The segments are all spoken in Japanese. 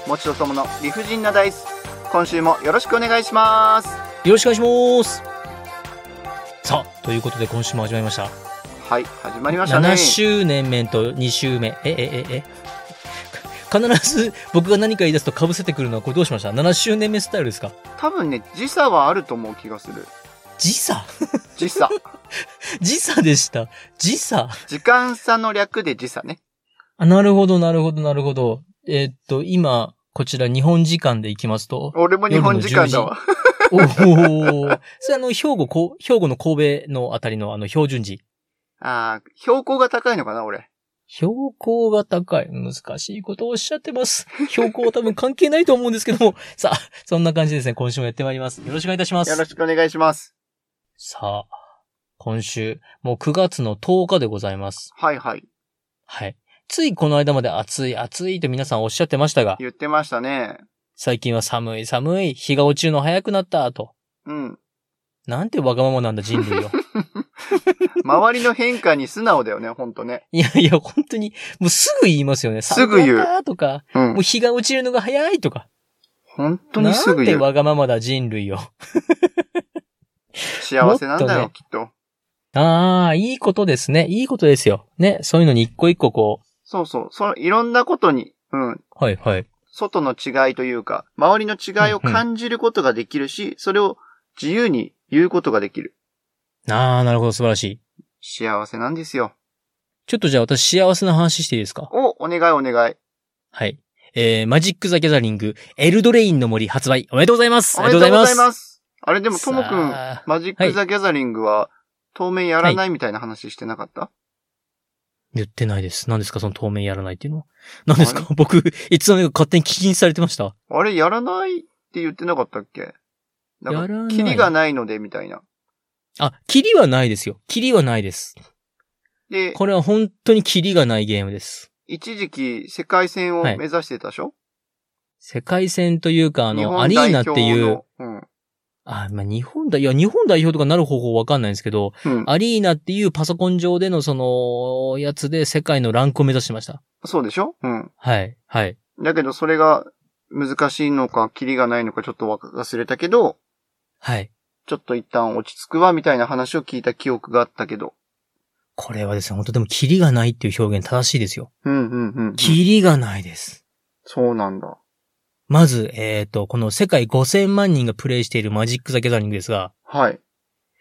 もちとともの理不尽なダイス。今週もよろしくお願いします。 よろしくお願いします。さあ、ということで今週も始まりました。 はい、始まりましたね。 7周年目と2週目。必ず僕が何か言い出すと被せてくるのはこれどうしました？ 7 周年目スタイルですか？ 多分ね、時差はあると思う気がする。 時差時差。 時差でした。時差時間差の略で時差ね。 あ、なるほど、なるほど、なるほど。今、こちら日本時間でいきますと。 俺も日本時間だわ。 おー。それ兵庫の神戸のあたりの標準時。 ああ、標高が高いのかな、俺。 標高が高い。難しいことをおっしゃってます。標高は多分関係ないと思うんですけども。さあ、そんな感じですね。今週もやってまいります。よろしくお願いいたします。 よろしくお願いします。 さあ、今週、もう9月の10日でございます。 はいはい。 はい。ついこの間まで暑い暑いと皆さんおっしゃってましたが。 言ってましたね。 最近は寒い寒い、日が落ちるの早くなったと。 うん。 なんてわがままなんだ人類よ。 周りの変化に素直だよね、ほんとね。 いやいや、本当に、もうすぐ言いますよね。 すぐ言う。 寒かったとか、 うん、 もう日が落ちるのが早いとか。 本当にすぐ言う。 なんてわがままだ人類よ。 幸せなんだよ、ね、きっと。 ああ、いいことですね。いいことですよ。ね、そういうのに一個一個こう。 そうそう。いろんなことに、うん。 はいはい。 外の違いというか、周りの違いを感じることができるし、それを自由に言うことができる。 ああ、なるほど、素晴らしい。 幸せなんですよ。 ちょっとじゃあ私幸せな話していいですか？ お願いお願い。 はい。マジック・ザ・ギャザリング、エルドレインの森発売、おめでとうございます。 おめでとうございます。あれでも、ともくん、 マジック・ザ・ギャザリングは、当面やらないみたいな話してなかった、 言ってないです。何ですかその当面やらないっていうのは。何ですか僕、いつの間にか勝手に聞きにされてました。 あれ、やらないって言ってなかったっけ？やらない。キリがないので、みたいな。 あ、キリはないですよ。キリはないです。で、これは本当にキリがないゲームです。 一時期、世界戦を目指してたでしょ、はい、 世界戦というか、アリーナっていう、うん、日本代表とかなる方法わかんないんですけど、うん、アリーナっていうパソコン上でのその、やつで世界のランクを目指してました。 そうでしょ？うん。 はい、はい。 だけどそれが難しいのか、キリがないのかちょっと忘れたけど、 はい。 ちょっと一旦落ち着くわみたいな話を聞いた記憶があったけど。 これはですね、本当でもキリがないっていう表現正しいですよ。 うん。 キリがないです。 そうなんだ。 まず、この世界5000万人がプレイしているマジック・ザ・ギャザリングですが、 はい。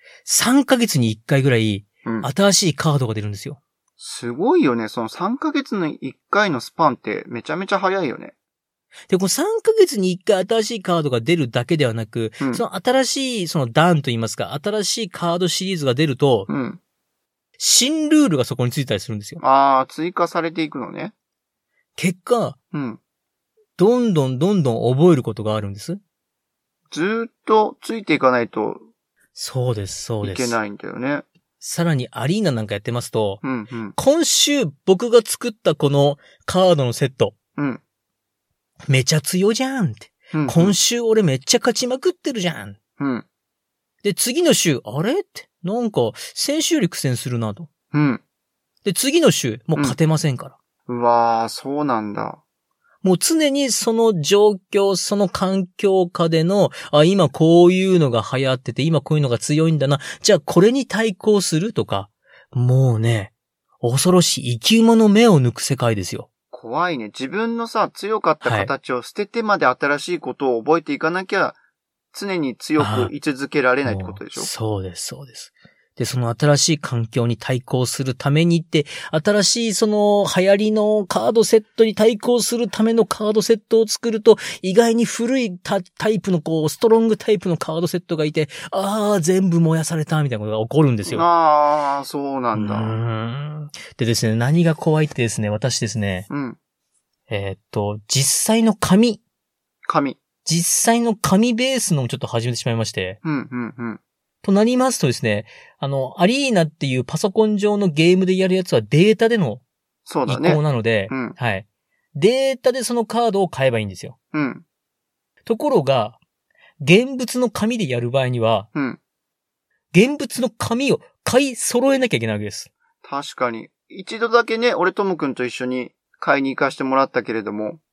3ヶ月に1回ぐらい、新しいカードが出るんですよ。 すごいよね。その3ヶ月に1回のスパンってめちゃめちゃ早いよね。 で、この3ヶ月に1回新しいカードが出るだけではなく、その新しい、その段といいますか、新しいカードシリーズが出ると、新ルールがそこについたりするんですよ。 追加されていくのね。 結果、どんどん覚えることがあるんです。 ずーっとついていかないと。 そうです、そうです。 いけないんだよね。 さらにアリーナなんかやってますと、今週僕が作ったこのカードのセット、めちゃ強じゃんって、今週俺めっちゃ勝ちまくってるじゃん。で、次の週、あれって、なんか先週より苦戦するなと。で、次の週、もう勝てませんから。 うわー、そうなんだ。 もう常にその状況、その環境下での、今こういうのが流行ってて、今こういうのが強いんだな。じゃあこれに対抗するとか、もうね、恐ろしい生き馬の目を抜く世界ですよ。 怖いね。自分のさ、強かった形を捨ててまで新しいことを覚えていかなきゃ、常に強く居続けられないってことでしょ？ そうです、そうです。で、その新しい環境に対抗するためにって、新しいその流行りのカードセットに対抗するためのカードセットを作ると、意外に古いタイプのストロングタイプのカードセットがいて、全部燃やされたみたいなことが起こるんですよ。 そうなんだ。 でですね、何が怖いってですね、私ですね、実際の紙。実際の紙ベースのちょっと始めてしまいまして。となりますとですね、アリーナっていうパソコン上のゲームでやるやつはデータでの移行なので、はい。データでそのカードを買えばいいんですよ。ところが、現物の紙でやる場合には、現物の紙を買い揃えなきゃいけないわけです。 確かに。一度だけね、俺ともくんと一緒に買いに行かしてもらったけれども、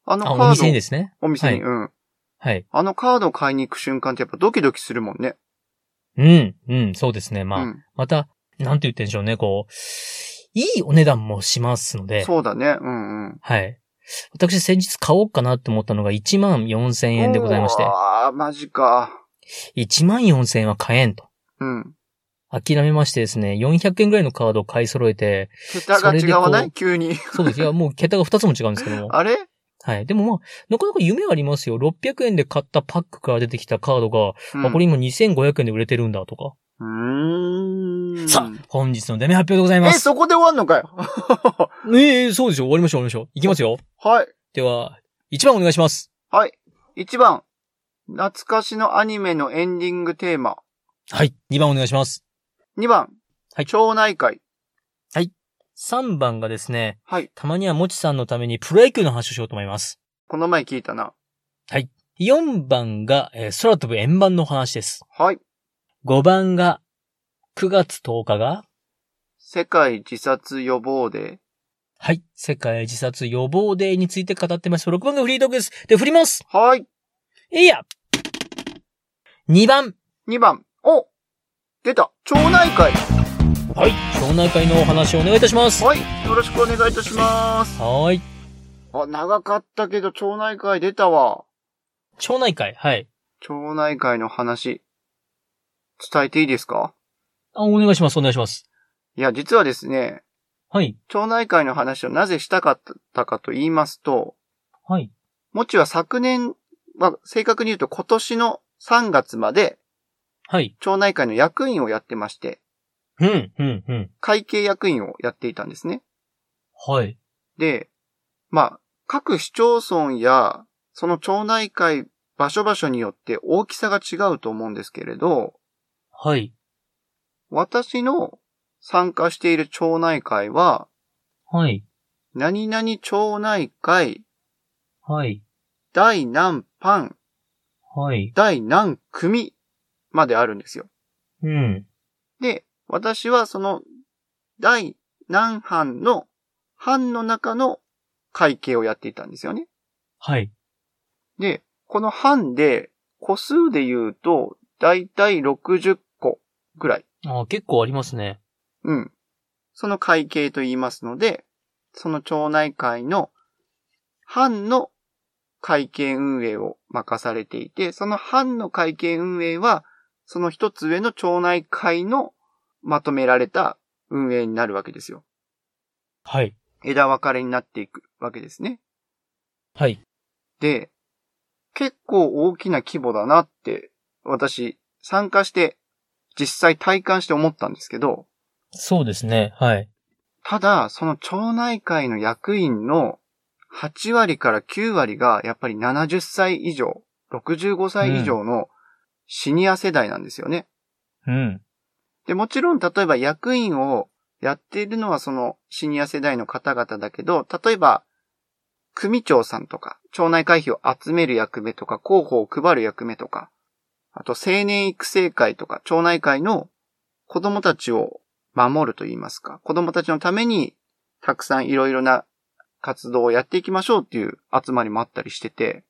カード。 お店にですね。 お店に、はい、 はい。 あのカードを買いに行く瞬間ってやっぱドキドキするもんね。 そうですね。また、なんて言ってんでしょうね、いいお値段もしますので。 そうだね。 はい。私先日買おうかなって思ったのが14,000円でございまして。 マジか。 14,000円は買えんと。諦めましてですね、400円ぐらいのカードを買い揃えて。 桁が違わない急に。 そうです。いや、もう桁が2つも違うんですけども。 あれはい。でもなかなか夢ありますよ。600円で買ったパックから出てきたカードが、これ今2500円で売れてるんだとか。さあ、本日のデメ発表でございます。 そこで終わんのかよ。 そうでしょ。終わりましょう。いきますよ。 はい。 では、1番お願いします。 はい。1番。懐かしのアニメのエンディングテーマ。 はい。2番お願いします。 2番。はい。町内会。 はい。3番がですね。 はい。 たまにはもちさんのためにプロ野球の話をしようと思います。 この前聞いたな。 はい。4番が、空飛ぶ円盤の話です。 はい。 5番が、9月10日が、 世界自殺予防デー。 はい。世界自殺予防デーについて語ってます。6番がフリートークです。で、振ります。 はい。 いや !2 番。 2番。お出た町内会。 はい。町内会のお話をお願いいたします。 はい。よろしくお願いいたします。 はい。 長かったけど町内会出たわ。 町内会。はい。 町内会の話、伝えていいですか？ お願いします。お願いします。 いや、実はですね。 はい。 町内会の話をなぜしたかったかと言いますと。 はい。 もちは昨年、正確に言うと今年の3月まで。 はい。 町内会の役員をやってまして。会計役員をやっていたんですね。 はい。 で、各市町村や、その町内会、場所場所によって大きさが違うと思うんですけれど。 はい。 私の参加している町内会は、 はい。 何々町内会、 はい。 第何班、 はい。 第何組まであるんですよ。で、私はその第何班の班の中の会計をやっていたんですよね。 はい。 で、この班で個数で言うと、だいたい60個ぐらい。 結構ありますね。 その会計と言いますので、その町内会の班の会計運営を任されていて、その班の会計運営は、その一つ上の町内会のまとめられた運営になるわけですよ。 はい。 枝分かれになっていくわけですね。 はい。 で、結構大きな規模だなって、私、参加して実際体感して思ったんですけど。 そうですね。はい。 ただ、その町内会の役員の8割から9割がやっぱり70歳以上、65歳以上のシニア世代なんですよね。で、もちろん例えば役員をやっているのはそのシニア世代の方々だけど、例えば組長さんとか、町内会費を集める役目とか、広報を配る役目とか、あと青年育成会とか、町内会の子供たちを守ると言いますか、子供たちのためにたくさんいろいろな活動をやっていきましょうっていう集まりもあったりしてて、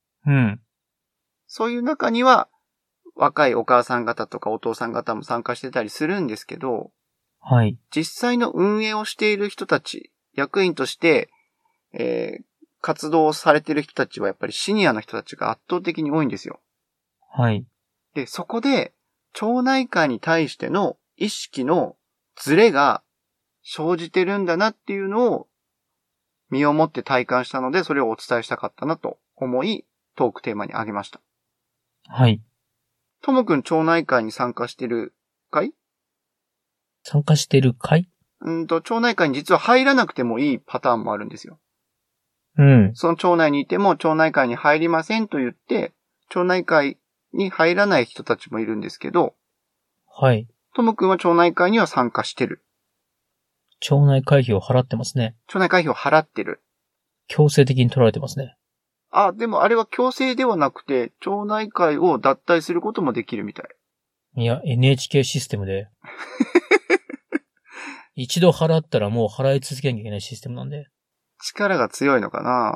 そういう中には若いお母さん方とかお父さん方も参加してたりするんですけど、 はい。 実際の運営をしている人たち、役員として、活動をされている人たちはやっぱりシニアの人たちが圧倒的に多いんですよ。 はい。 で、そこで町内会に対しての意識のズレが生じてるんだなっていうのを身をもって体感したので、それをお伝えしたかったなと思い、トークテーマに挙げました。 はい。 ともくん町内会に参加してるかい？ 参加してるかい？ 町内会に実は入らなくてもいいパターンもあるんですよ。その町内にいても町内会に入りませんと言って、町内会に入らない人たちもいるんですけど、 はい。 ともくんは町内会には参加してる。 町内会費を払ってますね。 町内会費を払ってる。 強制的に取られてますね。 でもあれは強制ではなくて、町内会を脱退することもできるみたい。 いや、NHK システムで。一度払ったらもう払い続けなきゃいけないシステムなんで。 力が強いのかな？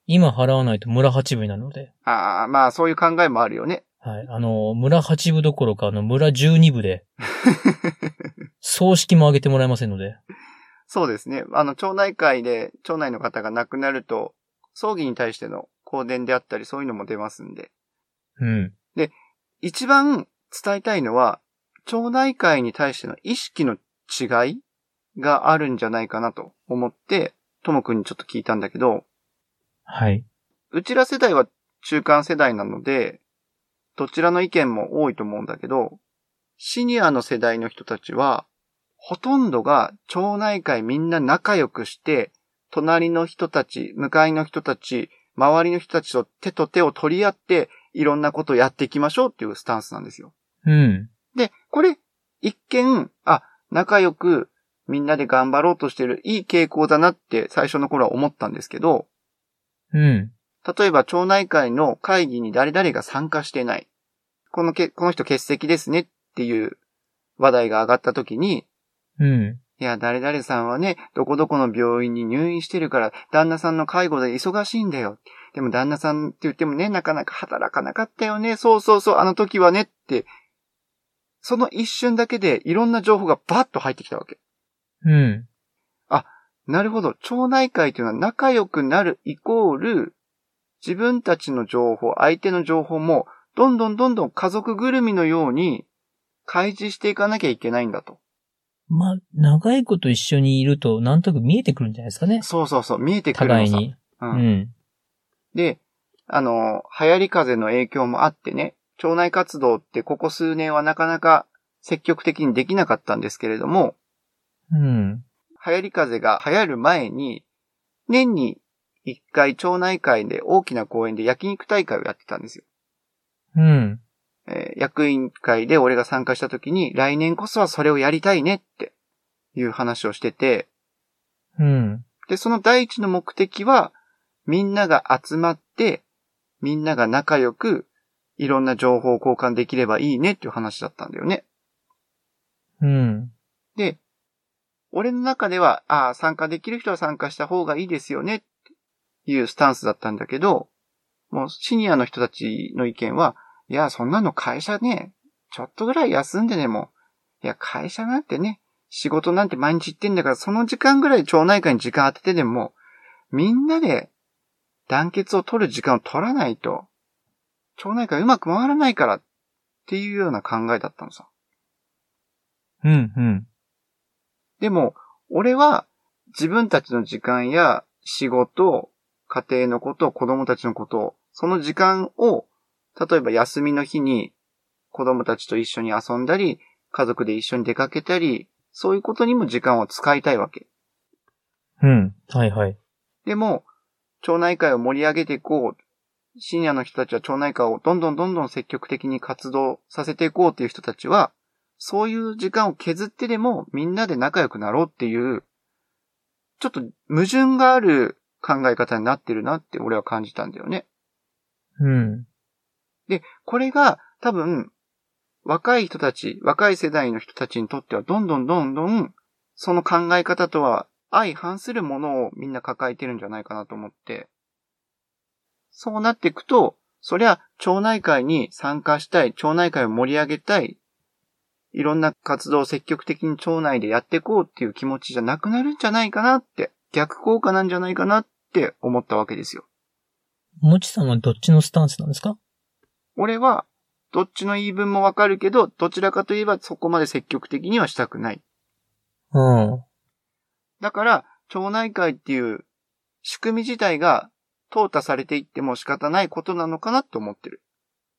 今払わないと村八分になるので。 ああ、まあそういう考えもあるよね。 はい。村八分どころか、村12分で、葬式もあげてもらえませんので。 そうですね。町内会で、町内の方が亡くなると、葬儀に対しての香典であったり、そういうのも出ますんで。 うん。 で、一番伝えたいのは、町内会に対しての意識の違いがあるんじゃないかなと思って、ともくんにちょっと聞いたんだけど、 はい。 うちら世代は中間世代なので、どちらの意見も多いと思うんだけど、シニアの世代の人たちは、ほとんどが町内会みんな仲良くして、隣の人たち、向かいの人たち、周りの人たちと手と手を取り合って、いろんなことをやっていきましょうっていうスタンスなんですよ。 うん。 で、これ、一見、仲良くみんなで頑張ろうとしてるいい傾向だなって最初の頃は思ったんですけど、 うん。 例えば町内会の会議に誰々が参加してない。この人欠席ですねっていう話題が上がった時に、 うん。 いや、誰々さんはね、どこどこの病院に入院してるから、旦那さんの介護で忙しいんだよ。でも旦那さんって言ってもね、なかなか働かなかったよね。そうそうそう、あの時はねって、その一瞬だけでいろんな情報がバッと入ってきたわけ。 うん。 なるほど。町内会というのは仲良くなるイコール、自分たちの情報、相手の情報も、どんどん家族ぐるみのように開示していかなきゃいけないんだと。 まあ、長いこと一緒にいると、なんとなく見えてくるんじゃないですかね。 そうそうそう、見えてくるのさ。 互いに。うん。 で、流行り風の影響もあってね、町内活動ってここ数年はなかなか積極的にできなかったんですけれども、 うん。 流行り風が流行る前に、年に一回町内会で大きな公園で焼肉大会をやってたんですよ。 うん。 役員会で俺が参加した時に、来年こそはそれをやりたいねっていう話をしてて、 うん。 で、その第一の目的は、みんなが集まって、みんなが仲良く、いろんな情報を交換できればいいねっていう話だったんだよね。 うん。 で、俺の中では、参加できる人は参加した方がいいですよねっていうスタンスだったんだけど、もうシニアの人たちの意見は、いや、そんなの会社ね、ちょっとぐらい休んでねも、いや、会社なんてね、仕事なんて毎日行ってんだから、その時間ぐらい町内会に時間当ててでも、みんなで団結を取る時間を取らないと、町内会うまく回らないからっていうような考えだったのさ。 うん、うん。 でも、俺は自分たちの時間や仕事、家庭のこと、子供たちのこと、その時間を、例えば休みの日に子供たちと一緒に遊んだり、家族で一緒に出かけたり、そういうことにも時間を使いたいわけ。 うん。はいはい。 でも、町内会を盛り上げていこう。シニアの人たちは町内会をどんどん積極的に活動させていこうっていう人たちは、そういう時間を削ってでもみんなで仲良くなろうっていう、ちょっと矛盾がある考え方になってるなって俺は感じたんだよね。 うん。 で、これが多分、若い人たち、若い世代の人たちにとってはどんどん、その考え方とは相反するものをみんな抱えてるんじゃないかなと思って、そうなっていくと、そりゃ町内会に参加したい、町内会を盛り上げたい、いろんな活動を積極的に町内でやっていこうっていう気持ちじゃなくなるんじゃないかなって、逆効果なんじゃないかなって思ったわけですよ。 もちさんはどっちのスタンスなんですか？ 俺は、どっちの言い分もわかるけど、どちらかといえばそこまで積極的にはしたくない。 うん。 だから、町内会っていう仕組み自体が淘汰されていっても仕方ないことなのかなと思ってる。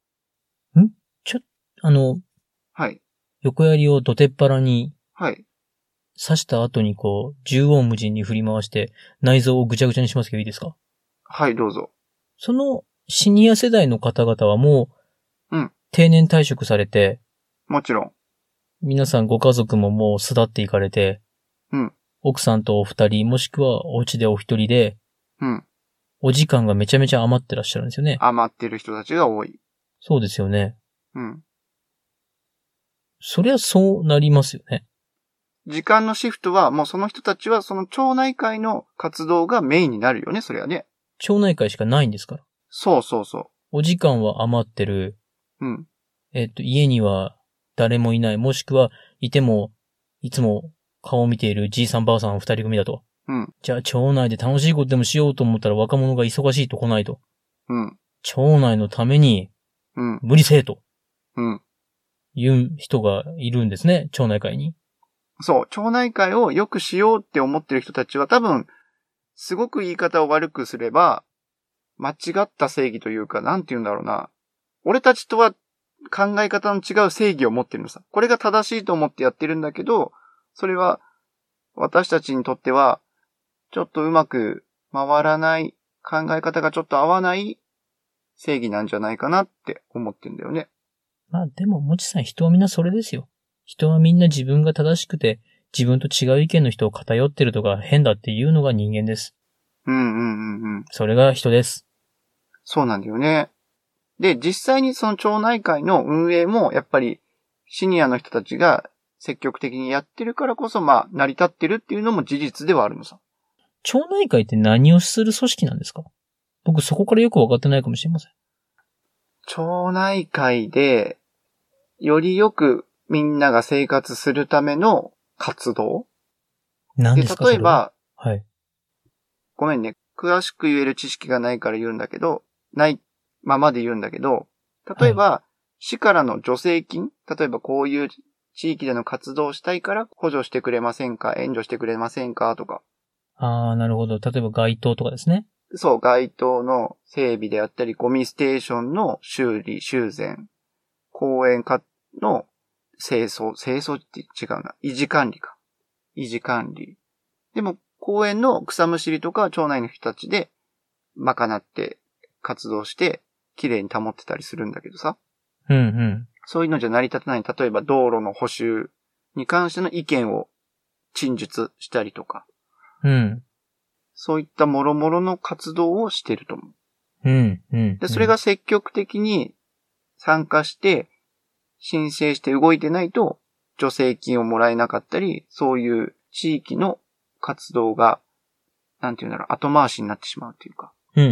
はい。 横槍をどてっぱらに、 はい。 刺した後にこう、縦横無尽に振り回して、内臓をぐちゃぐちゃにしますけどいいですか？ はい、どうぞ。 そのシニア世代の方々はもう、 定年退職されて、 もちろん。 皆さんご家族ももう巣立っていかれて、奥さんとお二人、もしくはお家でお一人で、お時間がめちゃめちゃ余ってらっしゃるんですよね。 余ってる人たちが多い。 そうですよね。そりゃそうなりますよね。 時間のシフトはもうその人たちはその町内会の活動がメインになるよね、それはね。 町内会しかないんですから。 そうそうそう。 お時間は余ってる。 うん。 家には誰もいない。もしくは、いても、いつも顔を見ているじいさんばあさん二人組だと。 うん。 じゃあ、町内で楽しいことでもしようと思ったら若者が忙しいと来ないと。 うん。 町内のために、 うん。 無理せえと。 うん。 いう人がいるんですね、町内会に。 そう、町内会を良くしようって思ってる人たちは多分、すごく言い方を悪くすれば、間違った正義というか、なんて言うんだろうな。俺たちとは考え方の違う正義を持ってるのさ。これが正しいと思ってやってるんだけど、それは私たちにとっては、ちょっとうまく回らない、考え方がちょっと合わない正義なんじゃないかなって思ってんだよね。 まあでも、もちさん、人はみんなそれですよ。人はみんな自分が正しくて、自分と違う意見の人を偏ってるとか変だっていうのが人間です。それが人です。 そうなんだよね。で、実際にその町内会の運営も、やっぱりシニアの人たちが積極的にやってるからこそ、まあ、成り立ってるっていうのも事実ではあるのさ。 町内会って何をする組織なんですか？僕そこからよくわかってないかもしれません。 町内会で、よりよくみんなが生活するための活動？ 何ですか？ で、例えば、 はい。 ごめんね。詳しく言える知識がないから言うんだけど、ないままで言うんだけど、例えば、はい、市からの助成金？例えばこういう地域での活動をしたいから補助してくれませんか？援助してくれませんか？とか。 ああ、なるほど。例えば街灯とかですね。 そう、街灯の整備であったり、ゴミステーションの修理、修繕、公園の清掃って違うな。維持管理か。維持管理。でも、公園の草むしりとか町内の人たちで賄って活動して、綺麗に保ってたりするんだけどさ。 うんうん。 そういうのじゃ成り立たない。例えば道路の補修に関しての意見を陳述したりとか。 うん。 そういった諸々の活動をしてると思う。 うん、うん。 で、それが積極的に参加して、申請して動いてないと、助成金をもらえなかったり、そういう地域の活動が、なんていうんだろう、後回しになってしまうというか。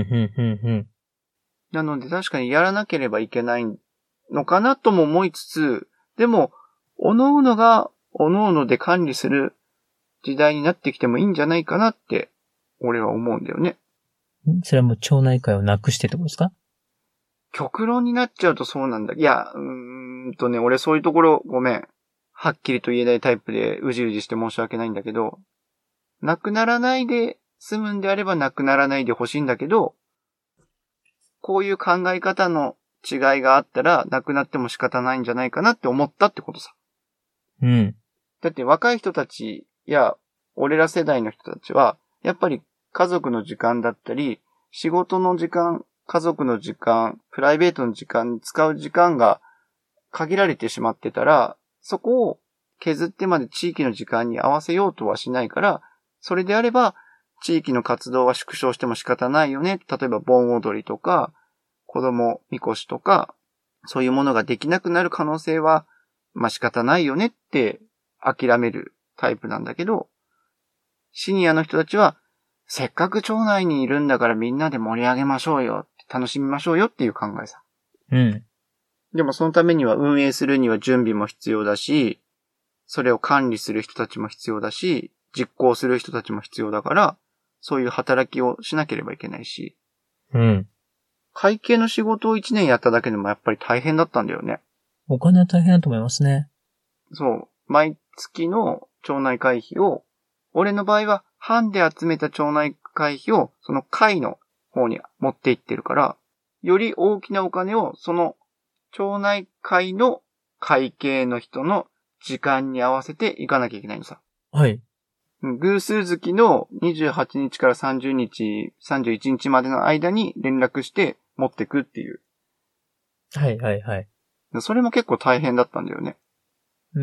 なので確かにやらなければいけないのかなとも思いつつ、でも、各々が各々で管理する時代になってきてもいいんじゃないかなって、俺は思うんだよね。 それはもう町内会をなくしてってことですか？ 極論になっちゃうとそうなんだ。いや、俺そういうところごめん。はっきりと言えないタイプでうじうじして申し訳ないんだけど、なくならないで済むんであればなくならないでほしいんだけど、こういう考え方の違いがあったらなくなっても仕方ないんじゃないかなって思ったってことさ。 うん。 だって若い人たちや俺ら世代の人たちは、やっぱり家族の時間だったり、仕事の時間、家族の時間、プライベートの時間に使う時間が限られてしまってたら、そこを削ってまで地域の時間に合わせようとはしないから、それであれば、地域の活動は縮小しても仕方ないよね。例えば盆踊りとか、子供みこしとか、そういうものができなくなる可能性は、まあ仕方ないよねって諦めるタイプなんだけど、シニアの人たちは、せっかく町内にいるんだからみんなで盛り上げましょうよ、楽しみましょうよっていう考えさ。 うん。 でもそのためには運営するには準備も必要だし、それを管理する人たちも必要だし、実行する人たちも必要だから、そういう働きをしなければいけないし。 うん。 会計の仕事を1年やっただけでもやっぱり大変だったんだよね。 お金は大変だと思いますね。 そう。毎月の町内会費を、俺の場合は班で集めた町内会費をその会の方に持っていってるから、より大きなお金をその町内会の会計の人の時間に合わせていかなきゃいけないのさ。 はい。 偶数月の28日から30日、31日までの間に連絡して持ってくっていう。 はいはいはい。 それも結構大変だったんだよね。 うん。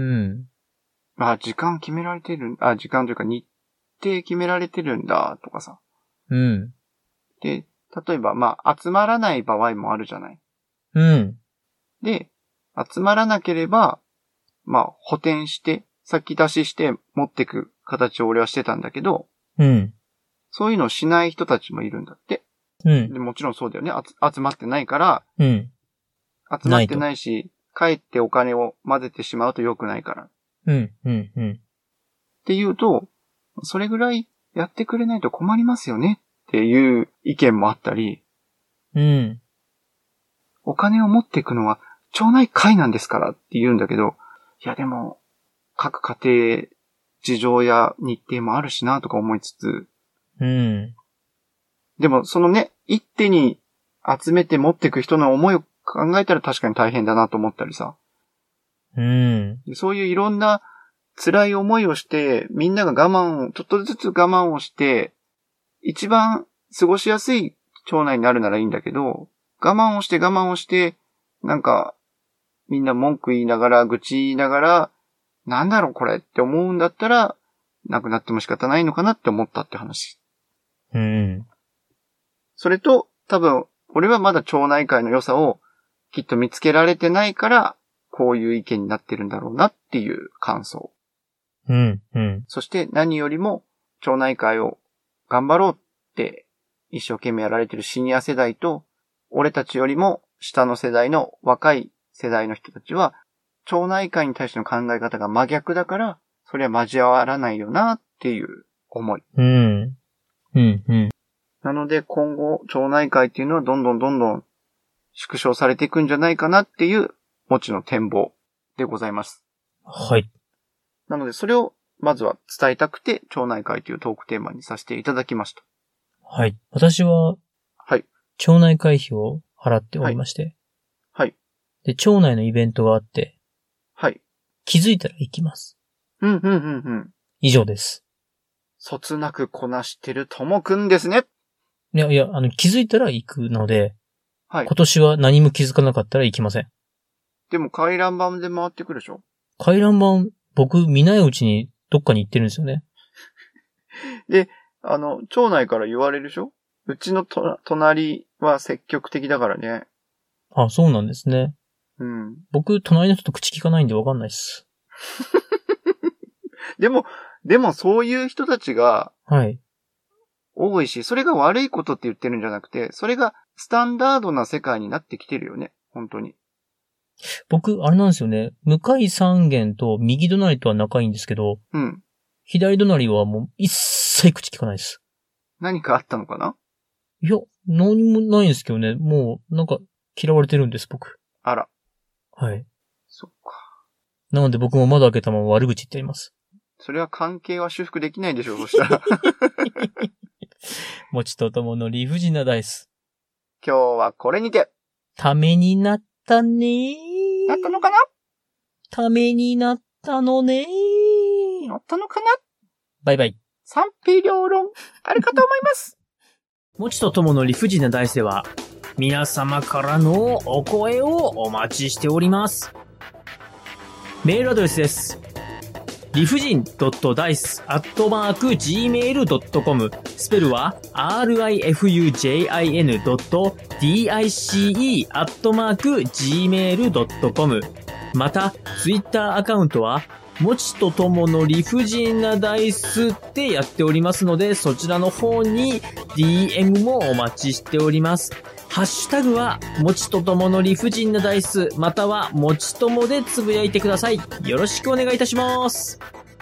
時間決められてる、時間というか日程決められてるんだとかさ。 うん。 で、例えば集まらない場合もあるじゃない。 うん。 で、集まらなければ、補填して、先出しして持ってく形を俺はしてたんだけど、 うん。 そういうのをしない人たちもいるんだって。 うん。 でもちろんそうだよね。集まってないから、 うん。 集まってないし、かえってお金を混ぜてしまうと良くないから。 うん、うん、うん。 っていうと、それぐらいやってくれないと困りますよねっていう意見もあったり、 うん。 お金を持っていくのは町内会なんですからって言うんだけど、いやでも、各家庭、事情や日程もあるしなとか思いつつ、 うん。 でもそのね、一手に集めて持っていく人の思いを考えたら確かに大変だなと思ったりさ。 うん。 そういういろんな辛い思いをして、みんながちょっとずつ我慢をして、一番過ごしやすい町内になるならいいんだけど、我慢をして、なんか、みんな文句言いながら、愚痴言いながら、なんだろうこれって思うんだったら、なくなっても仕方ないのかなって思ったって話。 うん。 それと、多分、俺はまだ町内会の良さをきっと見つけられてないから、こういう意見になってるんだろうなっていう感想。 うん、うん。 そして何よりも、町内会を頑張ろうって一生懸命やられてるシニア世代と、俺たちよりも下の世代の若い世代の人たちは、町内会に対しての考え方が真逆だから、それは交わらないよなっていう思い。 うん。うん、うん。 なので今後、町内会っていうのはどんどん縮小されていくんじゃないかなっていう、もちの展望でございます。 はい。 なのでそれをまずは伝えたくて、町内会というトークテーマにさせていただきました。 はい。私は、 はい。 町内会費を払っておりまして。 はい。 で、町内のイベントがあって。 はい。 気づいたら行きます。 うん。 以上です。 そつなくこなしてるともくんですね。 いや、気づいたら行くので、 はい。 今年は何も気づかなかったら行きません。 でも回覧板で回ってくるでしょ？ 回覧板、僕見ないうちにどっかに行ってるんですよね。 で、町内から言われるでしょ？うちの隣は積極的だからね。 あ、そうなんですね。 うん。 僕、隣の人と口聞かないんでわかんないっす。 でもそういう人たちが、 はい。 多いし、それが悪いことって言ってるんじゃなくて、それがスタンダードな世界になってきてるよね。本当に。 僕、あれなんですよね。向かい三軒と右隣とは仲いいんですけど、 うん。 左隣はもう一切口聞かないです。 何かあったのかな？ いや、何もないんですけどね。もう、なんか、嫌われてるんです、僕。 あら。 はい。 そっか。 なので僕も窓開けたまま悪口言っています。 それは関係は修復できないでしょう、そしたら。 もちとともの理不尽なダイス。 今日はこれにて。 ためになったねー。 なったのかな？ ためになったのねー。 なったのかな？ バイバイ。 賛否両論あるかと思います。 もちとともの理不尽なダイスでは、皆様からのお声をお待ちしております。メールアドレスです。理不尽 .dice@gmail.com スペルは rifujin.dice@gmail.com また、ツイッターアカウントはもちとともの理不尽なダイスってやっておりますので、そちらの方に DM もお待ちしております。ハッシュタグは、もちとともの理不尽なダイス、または、もちともでつぶやいてください。よろしくお願いいたします。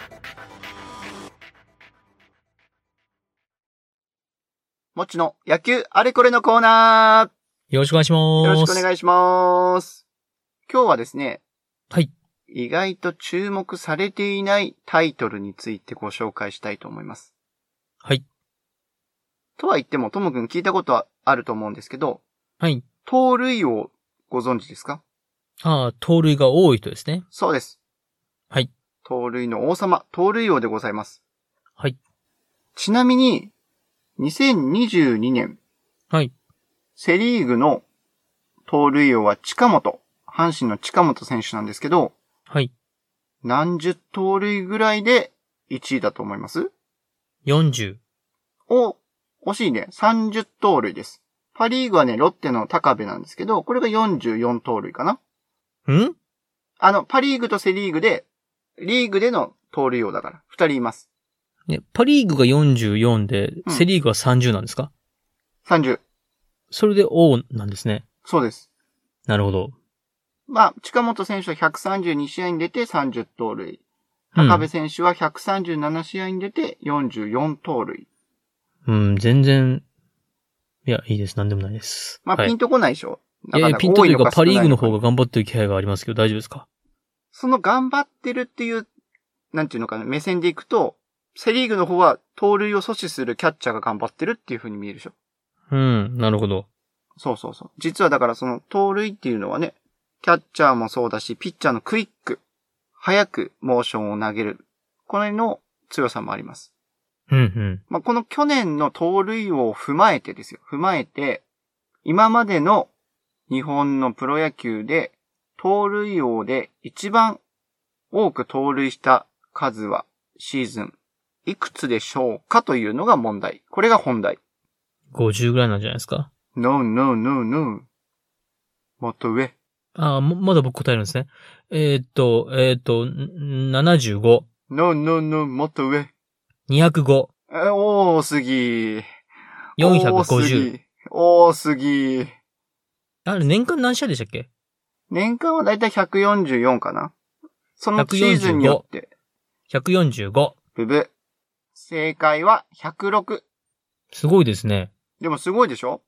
もちの野球あれこれのコーナー。よろしくお願いします。 よろしくお願いします。今日はですね。 はい。 意外と注目されていないタイトルについてご紹介したいと思います。 はい。 とは言っても、ともくん聞いたことはあると思うんですけど、 はい。 盗塁王ご存知ですか？ ああ、盗塁が多い人ですね。 そうです。 はい。 盗塁の王様、盗塁王でございます。 はい。 ちなみに、2022年。 はい。 セリーグの盗塁王は阪神の近本選手なんですけど、 はい。 何十盗塁ぐらいで1位だと思います？ 40。 惜しいね。30盗塁です。パリーグはね、ロッテの高部なんですけど、これが44盗塁かな？パリーグとセリーグで、リーグでの盗塁王だから、2人います。 ね、パリーグが44で、セリーグは30なんですか？ 30。 それで O なんですね。 そうです。 なるほど。 まあ、近本選手は132試合に出て30盗塁。高部選手は137試合に出て44盗塁。 全然、いや、いいです。なんでもないです。 まあ、ピンとこないでしょ。 いや、ピントというかパリーグの方が頑張ってる気配がありますけど大丈夫ですか？ その頑張ってるっていう、なんていうのかな、目線でいくと、セリーグの方は盗塁を阻止するキャッチャーが頑張ってるっていう風に見えるでしょ。 なるほど。 そうそうそう。実はだからその盗塁っていうのはね、キャッチャーもそうだし、ピッチャーのクイック、早くモーションを投げる。これの強さもあります。まあ、この去年の盗塁王を踏まえてですよ。踏まえて、今までの日本のプロ野球で盗塁王で一番多く盗塁した数はシーズンいくつでしょうかというのが問題。これが本題。 50ぐらいなんじゃないですか？ No, no, no, no. もっと上。 まだ僕答えるんですね。75。 No, no, no, もっと上。 205。 多すぎ。 450。 多すぎ。 あれ、年間何試合でしたっけ？ 年間はだいたい144かな。そのシーズンによって。 145。 ブブ。正解は106。 すごいですね。 でもすごいでしょ？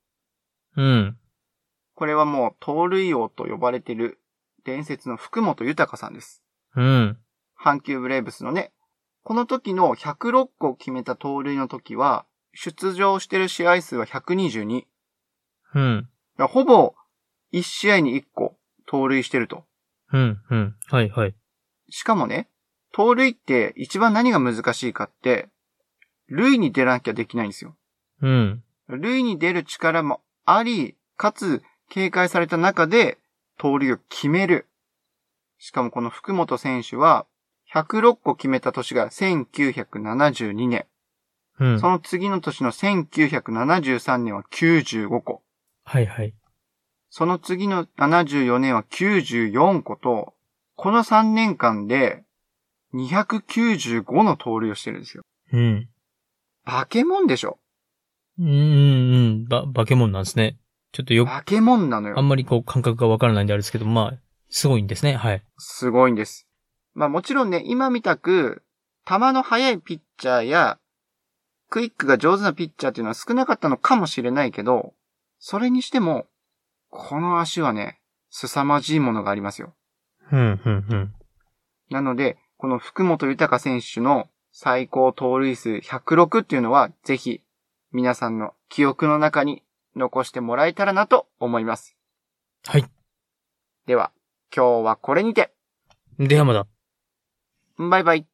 これはもう盗塁王と呼ばれている伝説の福本豊さんです。阪急ブレーブスのね、この時の106個決めた盗塁の時は、出場してる試合数は122。ほぼ1試合に1個盗塁してると。 はいはい。 しかもね、盗塁って一番何が難しいかって、塁に出なきゃできないんですよ。塁に出る力もあり、かつ警戒された中で盗塁を決める。しかもこの福本選手は106個決めた年が1972年。その次の年の1973年は95個。 はいはい。 その次の74年は94個と、この3年間で295の盗塁をしてるんですよ。化け物でしょ。 化け物なんですね。ちょっと化け物なのよ。 あんまりこう感覚がわからないんであれですけど、まあ、すごいんですね。はい。 すごいんです。まあもちろんね、今みたく、球の速いピッチャーや、クイックが上手なピッチャーっていうのは少なかったのかもしれないけど、それにしても、この足はね、凄まじいものがありますよ。なので、この福本豊選手の最高盗塁数106っていうのは、ぜひ、皆さんの記憶の中に残してもらえたらなと思います。 はい。 では、今日はこれにて。 ではまだ。 バイバイ。